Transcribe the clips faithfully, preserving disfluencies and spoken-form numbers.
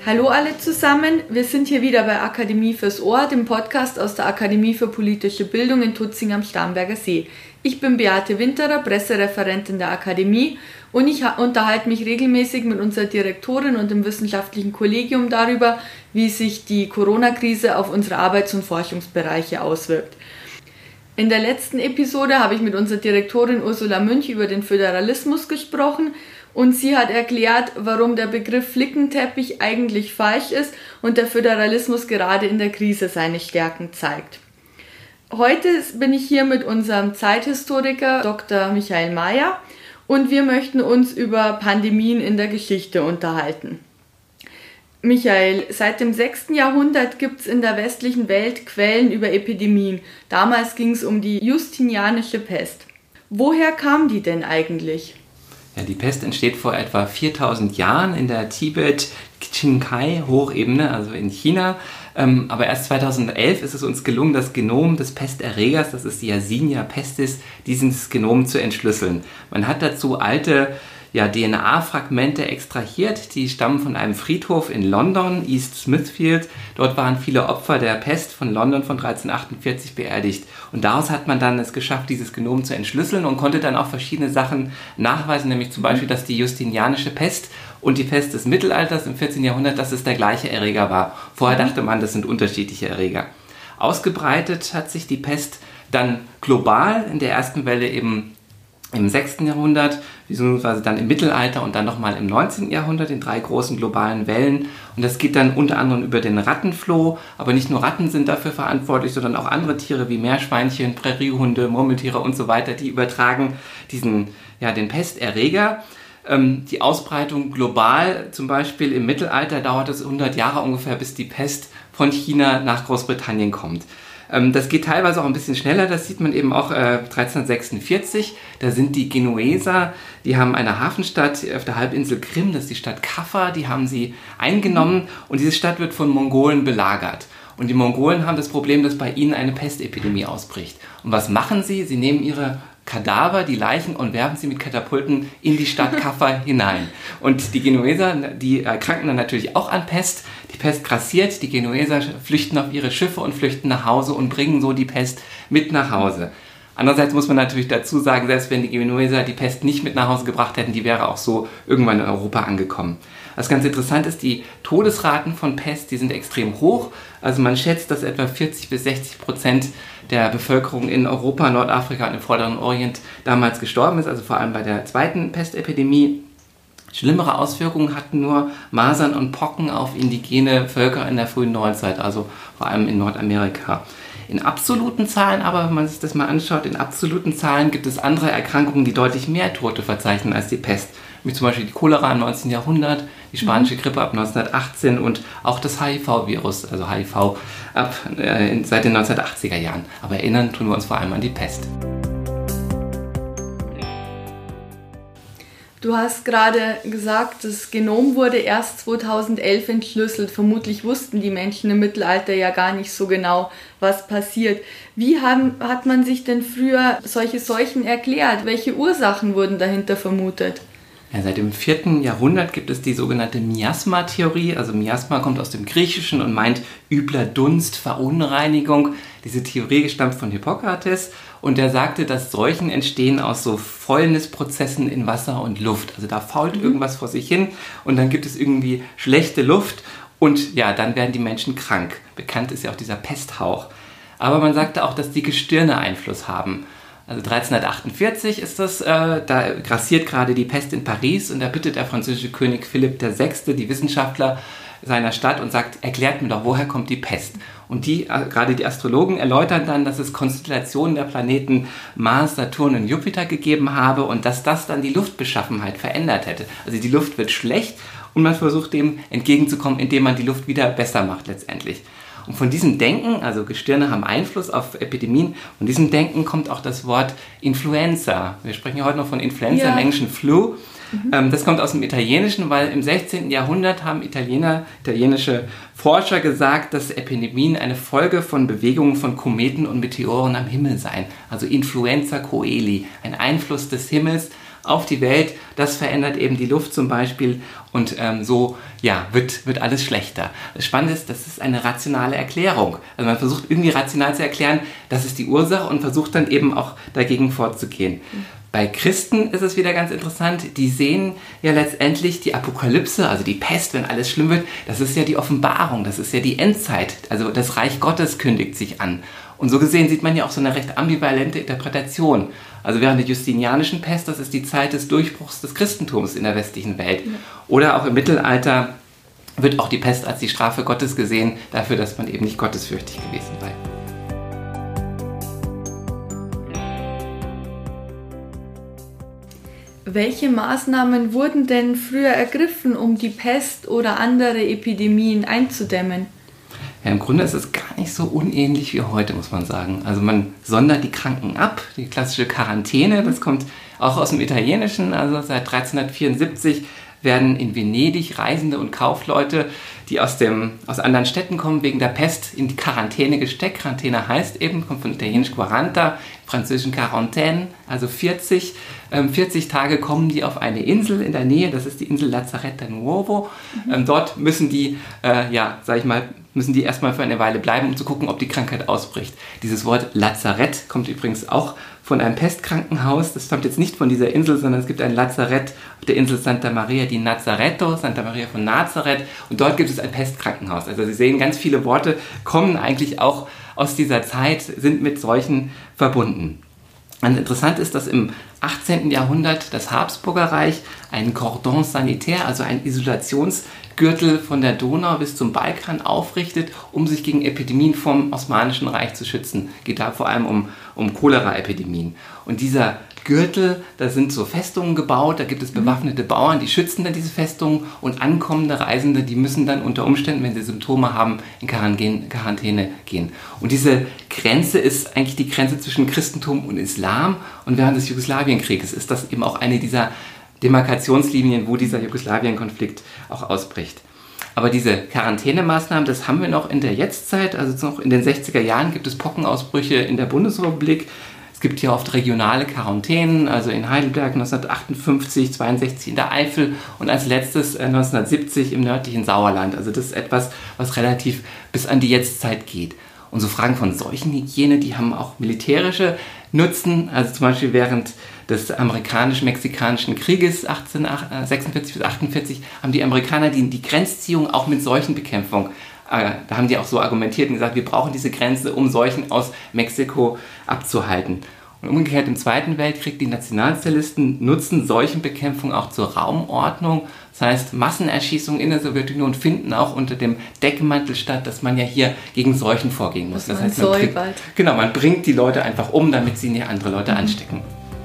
Hallo alle zusammen, wir sind hier wieder bei Akademie fürs Ohr, dem Podcast aus der Akademie für politische Bildung in Tutzing am Starnberger See. Ich bin Beate Winterer, Pressereferentin der Akademie und ich unterhalte mich regelmäßig mit unserer Direktorin und dem wissenschaftlichen Kollegium darüber, wie sich die Corona-Krise auf unsere Arbeits- und Forschungsbereiche auswirkt. In der letzten Episode habe ich mit unserer Direktorin Ursula Münch über den Föderalismus gesprochen und sie hat erklärt, warum der Begriff Flickenteppich eigentlich falsch ist und der Föderalismus gerade in der Krise seine Stärken zeigt. Heute bin ich hier mit unserem Zeithistoriker Doktor Michael Mayer und wir möchten uns über Pandemien in der Geschichte unterhalten. Michael, seit dem sechsten Jahrhundert gibt es in der westlichen Welt Quellen über Epidemien. Damals ging es um die Justinianische Pest. Woher kam die denn eigentlich? Ja, die Pest entsteht vor etwa viertausend Jahren in der Tibet-Qinghai-Hochebene, also in China. Ähm, aber erst zweitausendelf ist es uns gelungen, das Genom des Pesterregers, das ist die Yersinia pestis, dieses Genom zu entschlüsseln. Man hat dazu alte ja, D N A-Fragmente extrahiert, die stammen von einem Friedhof in London, East Smithfield. Dort waren viele Opfer der Pest von London von dreizehnhundertachtundvierzig beerdigt. Und daraus hat man dann es geschafft, dieses Genom zu entschlüsseln und konnte dann auch verschiedene Sachen nachweisen, nämlich zum Beispiel, dass die Justinianische Pest und die Pest des Mittelalters im vierzehnten Jahrhundert, dass es der gleiche Erreger war. Vorher dachte man, das sind unterschiedliche Erreger. Ausgebreitet hat sich die Pest dann global in der ersten Welle eben im sechsten Jahrhundert, beziehungsweise dann im Mittelalter und dann nochmal im neunzehnten Jahrhundert in drei großen globalen Wellen. Und das geht dann unter anderem über den Rattenfloh, aber nicht nur Ratten sind dafür verantwortlich, sondern auch andere Tiere wie Meerschweinchen, Präriehunde, Murmeltiere und so weiter, die übertragen diesen, ja, den Pesterreger. Ähm, die Ausbreitung global, zum Beispiel im Mittelalter, dauert es hundert Jahre ungefähr, bis die Pest von China nach Großbritannien kommt. Das geht teilweise auch ein bisschen schneller, das sieht man eben auch äh, dreizehnhundertsechsundvierzig, da sind die Genueser, die haben eine Hafenstadt auf der Halbinsel Krim, das ist die Stadt Kaffa, die haben sie eingenommen und diese Stadt wird von Mongolen belagert. Und die Mongolen haben das Problem, dass bei ihnen eine Pestepidemie ausbricht. Und was machen sie? Sie nehmen ihre Kadaver, die Leichen und werfen sie mit Katapulten in die Stadt Kaffa hinein. Und die Genueser, die erkranken dann natürlich auch an Pest. Die Pest grassiert, die Genueser flüchten auf ihre Schiffe und flüchten nach Hause und bringen so die Pest mit nach Hause. Andererseits muss man natürlich dazu sagen, selbst wenn die Genueser die Pest nicht mit nach Hause gebracht hätten, die wäre auch so irgendwann in Europa angekommen. Was ganz interessant ist, die Todesraten von Pest, die sind extrem hoch. Also man schätzt, dass etwa vierzig bis sechzig Prozent der Bevölkerung in Europa, Nordafrika und im Vorderen Orient damals gestorben ist, also vor allem bei der zweiten Pestepidemie. Schlimmere Auswirkungen hatten nur Masern und Pocken auf indigene Völker in der frühen Neuzeit, also vor allem in Nordamerika. In absoluten Zahlen aber, wenn man sich das mal anschaut, in absoluten Zahlen gibt es andere Erkrankungen, die deutlich mehr Tote verzeichnen als die Pest. Wie zum Beispiel die Cholera im neunzehnten Jahrhundert, die spanische Grippe ab neunzehnhundertachtzehn und auch das H I V-Virus, also H I V, ab, äh, seit den neunzehnhundertachtziger Jahren. Aber erinnern tun wir uns vor allem an die Pest. Du hast gerade gesagt, das Genom wurde erst zweitausendelf entschlüsselt. Vermutlich wussten die Menschen im Mittelalter ja gar nicht so genau, was passiert. Wie haben, hat man sich denn früher solche Seuchen erklärt? Welche Ursachen wurden dahinter vermutet? Ja, seit dem vierten Jahrhundert gibt es die sogenannte Miasma-Theorie. Also Miasma kommt aus dem Griechischen und meint übler Dunst, Verunreinigung. Diese Theorie stammt von Hippokrates und der sagte, dass Seuchen entstehen aus so Fäulnisprozessen in Wasser und Luft. Also da fault mhm. irgendwas vor sich hin und dann gibt es irgendwie schlechte Luft und ja, dann werden die Menschen krank. Bekannt ist ja auch dieser Pesthauch. Aber man sagte auch, dass die Gestirne Einfluss haben. Also dreizehnhundertachtundvierzig ist das, äh, da grassiert gerade die Pest in Paris und da bittet der französische König Philipp der Sechste die Wissenschaftler seiner Stadt und sagt, erklärt mir doch, woher kommt die Pest? Und die, äh, gerade die Astrologen erläutern dann, dass es Konstellationen der Planeten Mars, Saturn und Jupiter gegeben habe und dass das dann die Luftbeschaffenheit verändert hätte. Also die Luft wird schlecht und man versucht dem entgegenzukommen, indem man die Luft wieder besser macht letztendlich. Und von diesem Denken, also Gestirne haben Einfluss auf Epidemien, von diesem Denken kommt auch das Wort Influenza. Wir sprechen ja heute noch von Influenza, ja. Im Englischen Flu. Mhm. Ähm, das kommt aus dem Italienischen, weil im sechzehnten Jahrhundert haben Italiener, italienische Forscher gesagt, dass Epidemien eine Folge von Bewegungen von Kometen und Meteoren am Himmel seien. Also Influenza coeli, ein Einfluss des Himmels auf die Welt. Das verändert eben die Luft zum Beispiel und ähm, so ja, wird, wird alles schlechter. Das Spannende ist, das ist eine rationale Erklärung. Also man versucht irgendwie rational zu erklären, das ist die Ursache und versucht dann eben auch dagegen vorzugehen. Mhm. Bei Christen ist es wieder ganz interessant, die sehen ja letztendlich die Apokalypse, also die Pest, wenn alles schlimm wird, das ist ja die Offenbarung, das ist ja die Endzeit, also das Reich Gottes kündigt sich an. Und so gesehen sieht man ja auch so eine recht ambivalente Interpretation. Also während der justinianischen Pest, das ist die Zeit des Durchbruchs des Christentums in der westlichen Welt. Oder auch im Mittelalter wird auch die Pest als die Strafe Gottes gesehen, dafür, dass man eben nicht gottesfürchtig gewesen sei. Welche Maßnahmen wurden denn früher ergriffen, um die Pest oder andere Epidemien einzudämmen? Ja, im Grunde ist es gar nicht so unähnlich wie heute, muss man sagen. Also man sondert die Kranken ab, die klassische Quarantäne, das kommt auch aus dem Italienischen. Also seit dreizehnhundertvierundsiebzig werden in Venedig Reisende und Kaufleute, die aus, dem, aus anderen Städten kommen, wegen der Pest in die Quarantäne gesteckt. Quarantäne heißt eben, kommt von italienisch quaranta, französischen quarantaine, also vierzig. Ähm, vierzig Tage kommen die auf eine Insel in der Nähe, das ist die Insel Lazzaretta Nuovo. Mhm. Ähm, dort müssen die, äh, ja, sag ich mal, müssen die erstmal für eine Weile bleiben, um zu gucken, ob die Krankheit ausbricht. Dieses Wort Lazarett kommt übrigens auch von einem Pestkrankenhaus. Das stammt jetzt nicht von dieser Insel, sondern es gibt ein Lazarett auf der Insel Santa Maria di Nazaretto, Santa Maria von Nazareth. Und dort gibt es ein Pestkrankenhaus. Also Sie sehen, ganz viele Worte kommen eigentlich auch aus dieser Zeit, sind mit solchen verbunden. Und interessant ist, dass im achtzehnten Jahrhundert das Habsburger Reich einen Cordon sanitaire, also ein Isolationsgürtel von der Donau bis zum Balkan aufrichtet, um sich gegen Epidemien vom Osmanischen Reich zu schützen. Geht da vor allem um, um Cholera-Epidemien. Und dieser Gürtel, da sind so Festungen gebaut, da gibt es bewaffnete Bauern, die schützen dann diese Festungen und ankommende Reisende, die müssen dann unter Umständen, wenn sie Symptome haben, in Quarantäne gehen. Und diese Grenze ist eigentlich die Grenze zwischen Christentum und Islam und während des Jugoslawienkrieges ist das eben auch eine dieser Demarkationslinien, wo dieser Jugoslawien-Konflikt auch ausbricht. Aber diese Quarantänemaßnahmen, das haben wir noch in der Jetztzeit, also noch in den sechziger Jahren gibt es Pockenausbrüche in der Bundesrepublik. Es gibt hier oft regionale Quarantänen, also in Heidelberg neunzehnhundertachtundfünfzig, zweiundsechzig in der Eifel und als letztes neunzehnhundertsiebzig im nördlichen Sauerland. Also das ist etwas, was relativ bis an die Jetztzeit geht. Und so Fragen von Seuchenhygiene, die haben auch militärische Nutzen. Also zum Beispiel während des amerikanisch-mexikanischen Krieges achtzehnhundertsechsundvierzig bis achtundvierzig haben die Amerikaner die, die Grenzziehung auch mit Seuchenbekämpfung. Äh, da haben die auch so argumentiert und gesagt, wir brauchen diese Grenze, um Seuchen aus Mexiko abzuhalten. Und umgekehrt im Zweiten Weltkrieg, die Nationalsozialisten nutzen Seuchenbekämpfung auch zur Raumordnung. Das heißt, Massenerschießungen in der Sowjetunion finden auch unter dem Deckmantel statt, dass man ja hier gegen Seuchen vorgehen muss. Das heißt, man bringt, genau, man bringt die Leute einfach um, damit sie nicht andere Leute mhm. anstecken.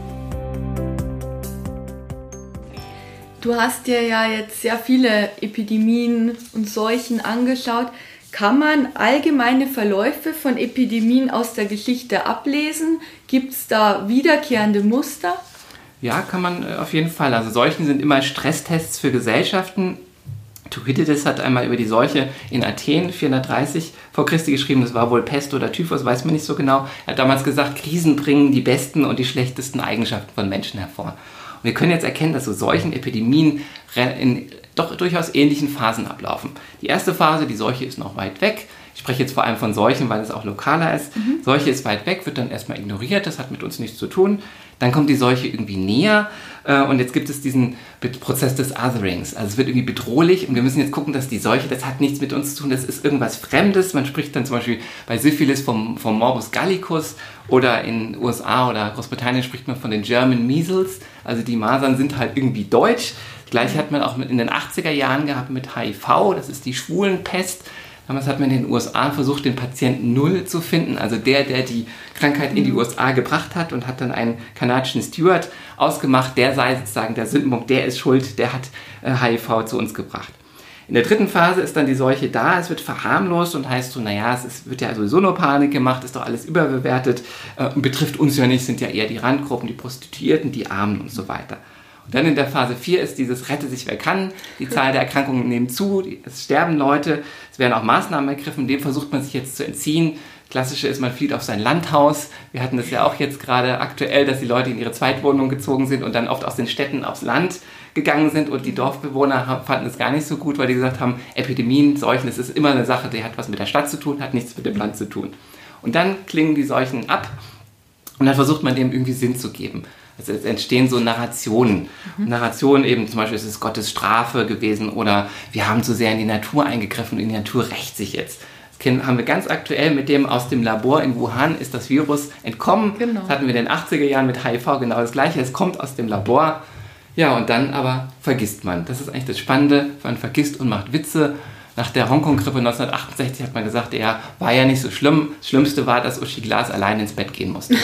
Du hast dir ja jetzt sehr viele Epidemien und Seuchen angeschaut. Kann man allgemeine Verläufe von Epidemien aus der Geschichte ablesen? Gibt es da wiederkehrende Muster? Ja, kann man auf jeden Fall. Also Seuchen sind immer Stresstests für Gesellschaften. Thukydides hat einmal über die Seuche in Athen vierhundertdreißig vor Christi geschrieben, das war wohl Pest oder Typhus, weiß man nicht so genau. Er hat damals gesagt, Krisen bringen die besten und die schlechtesten Eigenschaften von Menschen hervor. Und wir können jetzt erkennen, dass so Seuchen, Epidemien in doch durchaus ähnlichen Phasen ablaufen. Die erste Phase, die Seuche ist noch weit weg. Ich spreche jetzt vor allem von Seuchen, weil es auch lokaler ist. Mhm. Seuche ist weit weg, wird dann erstmal ignoriert, das hat mit uns nichts zu tun. Dann kommt die Seuche irgendwie näher äh, und jetzt gibt es diesen Prozess des Otherings. Also es wird irgendwie bedrohlich und wir müssen jetzt gucken, dass die Seuche, das hat nichts mit uns zu tun, das ist irgendwas Fremdes. Man spricht dann zum Beispiel bei Syphilis vom, vom Morbus Gallicus oder in den U S A oder Großbritannien spricht man von den German Measles. Also die Masern sind halt irgendwie deutsch. Gleich hat man auch in den achtziger Jahren gehabt mit H I V, das ist die Schwulenpest. Damals hat man in den U S A versucht, den Patienten Null zu finden, also der, der die Krankheit in die U S A gebracht hat und hat dann einen kanadischen Steward ausgemacht, der sei sozusagen der Sündenbock, der ist schuld, der hat äh, H I V zu uns gebracht. In der dritten Phase ist dann die Seuche da, es wird verharmlost und heißt so, naja, es ist, wird ja sowieso nur Panik gemacht, ist doch alles überbewertet, äh, betrifft uns ja nicht, sind ja eher die Randgruppen, die Prostituierten, die Armen und so weiter. Und dann in der Phase vier ist dieses Rette sich wer kann, die Zahl der Erkrankungen nimmt zu, es sterben Leute, es werden auch Maßnahmen ergriffen, dem versucht man sich jetzt zu entziehen. Klassische ist, man flieht auf sein Landhaus. Wir hatten das ja auch jetzt gerade aktuell, dass die Leute in ihre Zweitwohnung gezogen sind und dann oft aus den Städten aufs Land gegangen sind und die Dorfbewohner fanden es gar nicht so gut, weil die gesagt haben, Epidemien, Seuchen, das ist immer eine Sache, die hat was mit der Stadt zu tun, hat nichts mit dem Land zu tun. Und dann klingen die Seuchen ab und dann versucht man dem irgendwie Sinn zu geben. Also es entstehen so Narrationen. Mhm. Narrationen eben, zum Beispiel, es ist Gottes Strafe gewesen oder wir haben zu sehr in die Natur eingegriffen und die Natur rächt sich jetzt. Das haben wir ganz aktuell mit dem aus dem Labor in Wuhan ist das Virus entkommen. Genau. Das hatten wir in den achtziger Jahren mit H I V genau das Gleiche. Es kommt aus dem Labor. Ja, und dann aber vergisst man. Das ist eigentlich das Spannende. Man vergisst und macht Witze. Nach der Hongkong-Grippe neunzehnhundertachtundsechzig hat man gesagt, ja, war ja nicht so schlimm. Das Schlimmste war, dass Uschi Glas allein ins Bett gehen musste.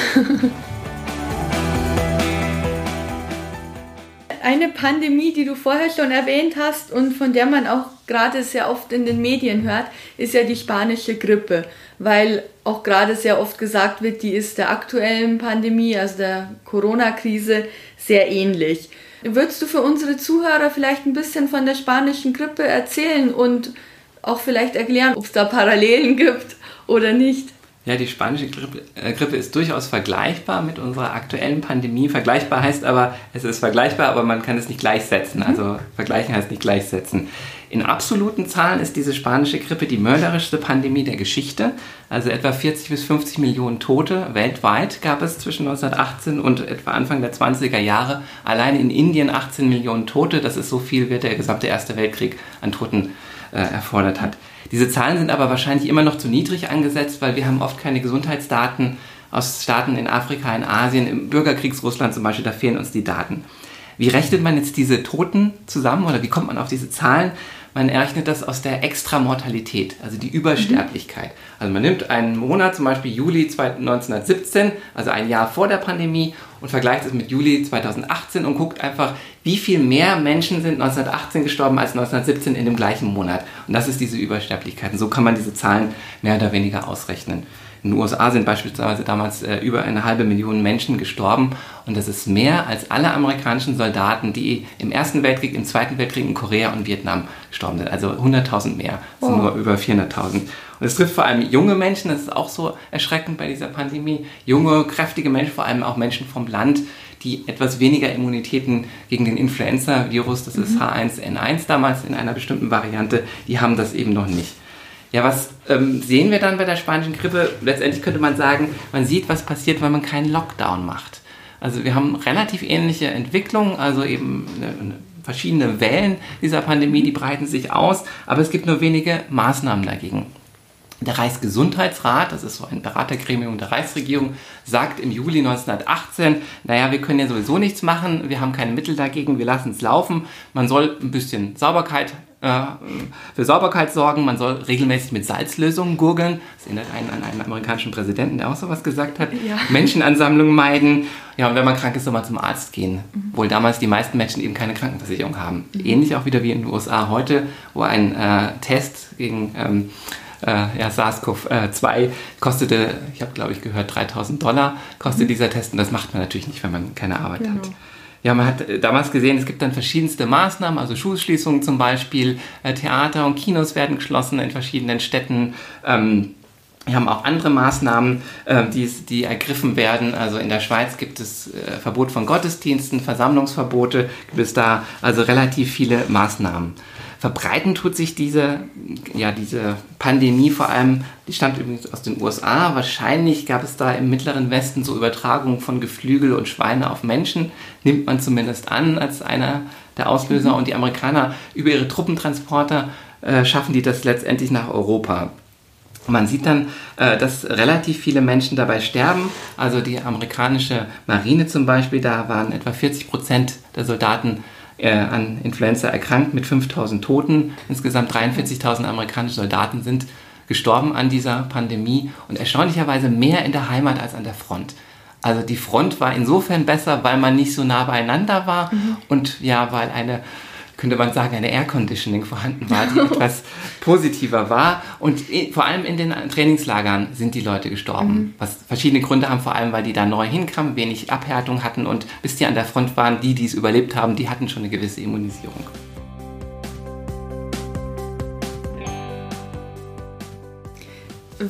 Eine Pandemie, die du vorher schon erwähnt hast und von der man auch gerade sehr oft in den Medien hört, ist ja die spanische Grippe, weil auch gerade sehr oft gesagt wird, die ist der aktuellen Pandemie, also der Corona-Krise, sehr ähnlich. Würdest du für unsere Zuhörer vielleicht ein bisschen von der spanischen Grippe erzählen und auch vielleicht erklären, ob es da Parallelen gibt oder nicht? Ja, die spanische Grippe, äh, Grippe ist durchaus vergleichbar mit unserer aktuellen Pandemie. Vergleichbar heißt aber, es ist vergleichbar, aber man kann es nicht gleichsetzen. Also vergleichen heißt nicht gleichsetzen. In absoluten Zahlen ist diese spanische Grippe die mörderischste Pandemie der Geschichte. Also etwa vierzig bis fünfzig Millionen Tote weltweit gab es zwischen neunzehnhundertachtzehn und etwa Anfang der zwanziger Jahre. Allein in Indien achtzehn Millionen Tote. Das ist so viel, wie der gesamte Erste Weltkrieg an Toten äh, erfordert hat. Diese Zahlen sind aber wahrscheinlich immer noch zu niedrig angesetzt, weil wir haben oft keine Gesundheitsdaten aus Staaten in Afrika, in Asien, im Bürgerkriegsrussland zum Beispiel, da fehlen uns die Daten. Wie rechnet man jetzt diese Toten zusammen oder wie kommt man auf diese Zahlen? Man errechnet das aus der Extramortalität, also die Übersterblichkeit. Also man nimmt einen Monat, zum Beispiel Juli neunzehnhundertsiebzehn, also ein Jahr vor der Pandemie, und vergleicht es mit Juli zweitausendachtzehn und guckt einfach, wie viel mehr Menschen sind neunzehnhundertachtzehn gestorben als neunzehnhundertsiebzehn in dem gleichen Monat. Und das ist diese Übersterblichkeit. Und so kann man diese Zahlen mehr oder weniger ausrechnen. In den U S A sind beispielsweise damals äh, über eine halbe Million Menschen gestorben und das ist mehr als alle amerikanischen Soldaten, die im Ersten Weltkrieg, im Zweiten Weltkrieg in Korea und Vietnam gestorben sind. Also hunderttausend mehr, das sind oh. nur über vierhunderttausend. Und es trifft vor allem junge Menschen, das ist auch so erschreckend bei dieser Pandemie. Junge, kräftige Menschen, vor allem auch Menschen vom Land, die etwas weniger Immunitäten gegen den Influenza-Virus, das ist H eins N eins damals in einer bestimmten Variante, die haben das eben noch nicht. Ja, was ähm, sehen wir dann bei der spanischen Grippe? Letztendlich könnte man sagen, man sieht, was passiert, wenn man keinen Lockdown macht. Also wir haben relativ ähnliche Entwicklungen, also eben eine, eine verschiedene Wellen dieser Pandemie, die breiten sich aus, aber es gibt nur wenige Maßnahmen dagegen. Der Reichsgesundheitsrat, das ist so ein Beratergremium der Reichsregierung, sagt im Juli neunzehnhundertachtzehn, naja, wir können ja sowieso nichts machen, wir haben keine Mittel dagegen, wir lassen es laufen. Man soll ein bisschen Sauberkeit, äh, für Sauberkeit sorgen, man soll regelmäßig mit Salzlösungen gurgeln. Das erinnert einen an einen amerikanischen Präsidenten, der auch sowas gesagt hat. Ja. Menschenansammlungen meiden. Ja, und wenn man krank ist, soll man zum Arzt gehen. Mhm. Obwohl damals die meisten Menschen eben keine Krankenversicherung haben. Mhm. Ähnlich auch wieder wie in den U S A heute, wo ein äh, Test gegen... Ähm, Äh, ja, SARS-C o V zwei kostete, ich habe glaube ich gehört, dreitausend Dollar kostet mhm. dieser Test und das macht man natürlich nicht, wenn man keine Arbeit genau. hat. Ja, man hat damals gesehen, es gibt dann verschiedenste Maßnahmen, also Schulschließungen zum Beispiel, äh, Theater und Kinos werden geschlossen in verschiedenen Städten. Ähm, Wir haben auch andere Maßnahmen, äh, die, die ergriffen werden. Also in der Schweiz gibt es äh, Verbot von Gottesdiensten, Versammlungsverbote, gibt es da also relativ viele Maßnahmen. Verbreiten tut sich diese, ja, diese Pandemie vor allem, die stammt übrigens aus den U S A. Wahrscheinlich gab es da im Mittleren Westen so Übertragungen von Geflügel und Schweine auf Menschen, nimmt man zumindest an als einer der Auslöser. Mhm. Und die Amerikaner über ihre Truppentransporter äh, schaffen die das letztendlich nach Europa. Man sieht dann, dass relativ viele Menschen dabei sterben. Also die amerikanische Marine zum Beispiel, da waren etwa vierzig Prozent der Soldaten an Influenza erkrankt mit fünftausend Toten. Insgesamt dreiundvierzigtausend amerikanische Soldaten sind gestorben an dieser Pandemie und erstaunlicherweise mehr in der Heimat als an der Front. Also die Front war insofern besser, weil man nicht so nah beieinander war mhm. und ja, weil eine... könnte man sagen, eine Air Conditioning vorhanden war, die etwas positiver war. Und vor allem in den Trainingslagern sind die Leute gestorben. Mhm. Was verschiedene Gründe haben, vor allem, weil die da neu hinkamen, wenig Abhärtung hatten und bis die an der Front waren, die, die es überlebt haben, die hatten schon eine gewisse Immunisierung.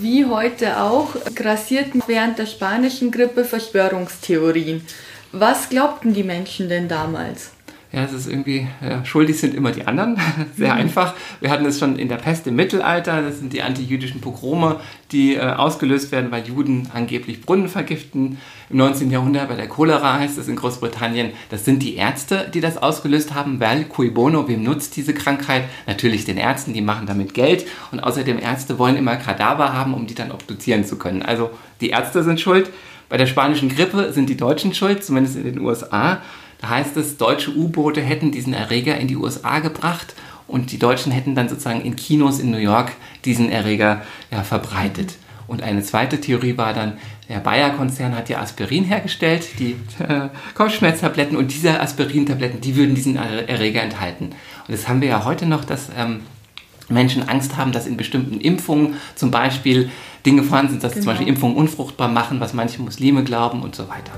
wie heute auch, grassierten während der spanischen Grippe Verschwörungstheorien. Was glaubten die Menschen denn damals? Ja, es ist irgendwie, ja, schuldig sind immer die anderen, sehr mhm. einfach. Wir hatten es schon in der Pest im Mittelalter, das sind die antijüdischen Pogrome, die äh, ausgelöst werden, weil Juden angeblich Brunnen vergiften. Im neunzehnten Jahrhundert bei der Cholera heißt es in Großbritannien, das sind die Ärzte, die das ausgelöst haben, weil cui bono, wem nutzt diese Krankheit? Natürlich den Ärzten, die machen damit Geld und außerdem Ärzte wollen immer Kadaver haben, um die dann obduzieren zu können. Also die Ärzte sind schuld. Bei der spanischen Grippe sind die Deutschen schuld, zumindest in den U S A. Da heißt es, deutsche U-Boote hätten diesen Erreger in die U S A gebracht und die Deutschen hätten dann sozusagen in Kinos in New York diesen Erreger ja, verbreitet. Und eine zweite Theorie war dann, der Bayer-Konzern hat ja Aspirin hergestellt, die äh, Kopfschmerztabletten, und diese Aspirin-Tabletten, die würden diesen Erreger enthalten. Und das haben wir ja heute noch, dass ähm, Menschen Angst haben, dass in bestimmten Impfungen zum Beispiel Dinge vorhanden sind, dass genau. zum Beispiel Impfungen unfruchtbar machen, was manche Muslime glauben und so weiter.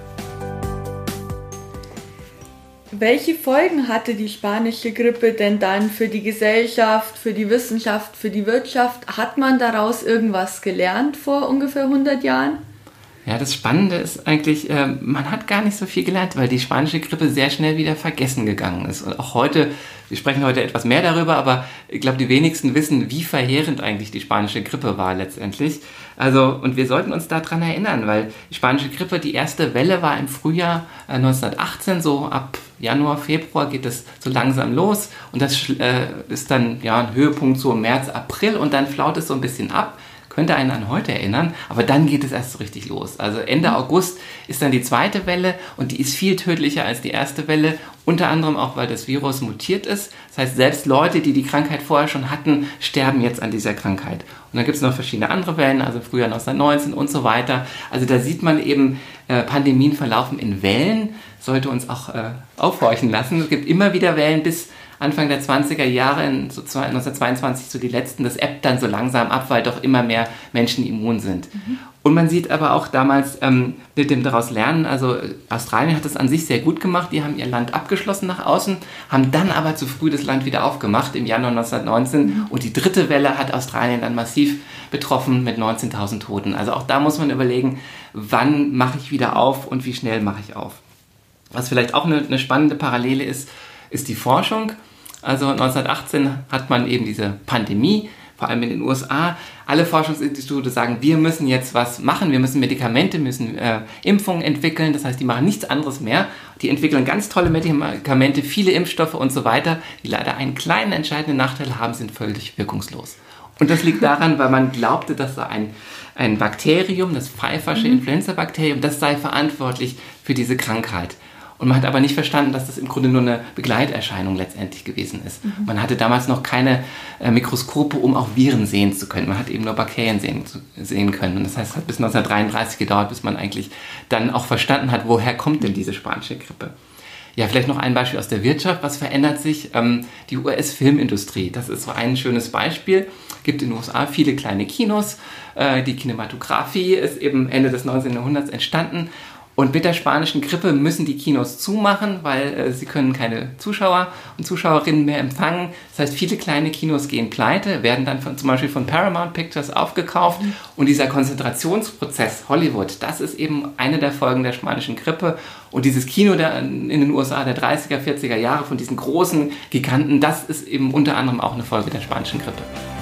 Welche Folgen hatte die spanische Grippe denn dann für die Gesellschaft, für die Wissenschaft, für die Wirtschaft? Hat man daraus irgendwas gelernt vor ungefähr hundert Jahren? Ja, das Spannende ist eigentlich, äh, man hat gar nicht so viel gelernt, weil die spanische Grippe sehr schnell wieder vergessen gegangen ist. Und auch heute, wir sprechen heute etwas mehr darüber, aber ich glaube, die wenigsten wissen, wie verheerend eigentlich die spanische Grippe war letztendlich. Also, und wir sollten uns daran erinnern, weil die spanische Grippe, die erste Welle war im Frühjahr äh, neunzehnhundertachtzehn, so ab Januar, Februar geht es so langsam los und das äh, ist dann ja ein Höhepunkt so im März, April und dann flaut es so ein bisschen ab. Könnte einen an heute erinnern, aber dann geht es erst so richtig los. Also Ende August ist dann die zweite Welle und die ist viel tödlicher als die erste Welle, unter anderem auch, weil das Virus mutiert ist. Das heißt, selbst Leute, die die Krankheit vorher schon hatten, sterben jetzt an dieser Krankheit. Und dann gibt es noch verschiedene andere Wellen, also Frühjahr neunzehnhundertneunzehn und so weiter. Also da sieht man eben, äh, Pandemien verlaufen in Wellen, sollte uns auch äh, aufhorchen lassen. Es gibt immer wieder Wellen bis Anfang der zwanziger Jahre, in so neunzehnhundertzweiundzwanzig so die letzten, das ebbt dann so langsam ab, weil doch immer mehr Menschen immun sind. Mhm. Und man sieht aber auch damals ähm, mit dem daraus lernen, also Australien hat das an sich sehr gut gemacht, die haben ihr Land abgeschlossen nach außen, haben dann aber zu früh das Land wieder aufgemacht im Januar neunzehnhundertneunzehn mhm. und die dritte Welle hat Australien dann massiv betroffen mit neunzehntausend Toten. Also auch da muss man überlegen, wann mache ich wieder auf und wie schnell mache ich auf. Was vielleicht auch eine, eine spannende Parallele ist, ist die Forschung. Also neunzehnhundertachtzehn hat man eben diese Pandemie, vor allem in den U S A. Alle Forschungsinstitute sagen, wir müssen jetzt was machen, wir müssen Medikamente, müssen äh, Impfungen entwickeln. Das heißt, die machen nichts anderes mehr. Die entwickeln ganz tolle Medikamente, viele Impfstoffe und so weiter, die leider einen kleinen entscheidenden Nachteil haben, sind völlig wirkungslos. Und das liegt daran, weil man glaubte, dass so ein, ein Bakterium, das pfeifersche Influenza-Bakterium, das sei verantwortlich für diese Krankheit. Und man hat aber nicht verstanden, dass das im Grunde nur eine Begleiterscheinung letztendlich gewesen ist. Mhm. Man hatte damals noch keine äh, Mikroskope, um auch Viren sehen zu können. Man hat eben nur Bakterien sehen, zu, sehen können. Und das heißt, es hat bis neunzehnhundertdreiunddreißig gedauert, bis man eigentlich dann auch verstanden hat, woher kommt denn diese spanische Grippe. Ja, vielleicht noch ein Beispiel aus der Wirtschaft. Was verändert sich? Ähm, die U S-Filmindustrie, das ist so ein schönes Beispiel. Es gibt in den U S A viele kleine Kinos. Äh, die Kinematografie ist eben Ende des neunzehnten Jahrhunderts entstanden. Und mit der spanischen Grippe müssen die Kinos zumachen, weil äh, sie können keine Zuschauer und Zuschauerinnen mehr empfangen. Das heißt, viele kleine Kinos gehen pleite, werden dann von, zum Beispiel von Paramount Pictures aufgekauft. Mhm. Und dieser Konzentrationsprozess Hollywood, das ist eben eine der Folgen der spanischen Grippe. Und dieses Kino der, in den U S A der dreißiger, vierziger Jahre von diesen großen Giganten, das ist eben unter anderem auch eine Folge der spanischen Grippe.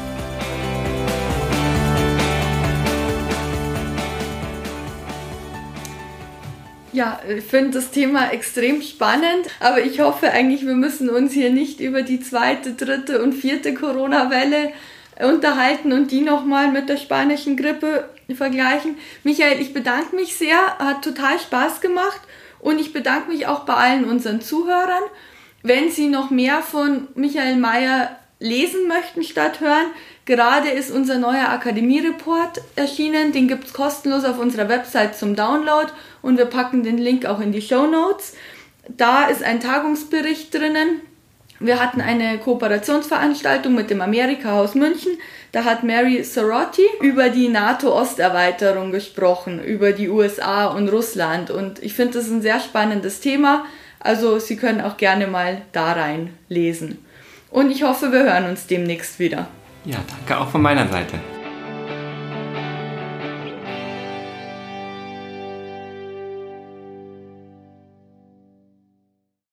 Ja, ich finde das Thema extrem spannend, aber ich hoffe eigentlich, wir müssen uns hier nicht über die zweite, dritte und vierte Corona-Welle unterhalten und die nochmal mit der spanischen Grippe vergleichen. Michael, ich bedanke mich sehr, hat total Spaß gemacht und ich bedanke mich auch bei allen unseren Zuhörern. Wenn Sie noch mehr von Michael Mayer lesen möchten statt hören, gerade ist unser neuer Akademie-Report erschienen, den gibt es kostenlos auf unserer Website zum Download und wir packen den Link auch in die Shownotes. Da ist ein Tagungsbericht drinnen. Wir hatten eine Kooperationsveranstaltung mit dem Amerika-Haus München. Da hat Mary Sorotti über die NATO-Osterweiterung gesprochen, über die U S A und Russland. Und ich finde, das ist ein sehr spannendes Thema. Also Sie können auch gerne mal da rein lesen. Und ich hoffe, wir hören uns demnächst wieder. Ja, danke auch von meiner Seite.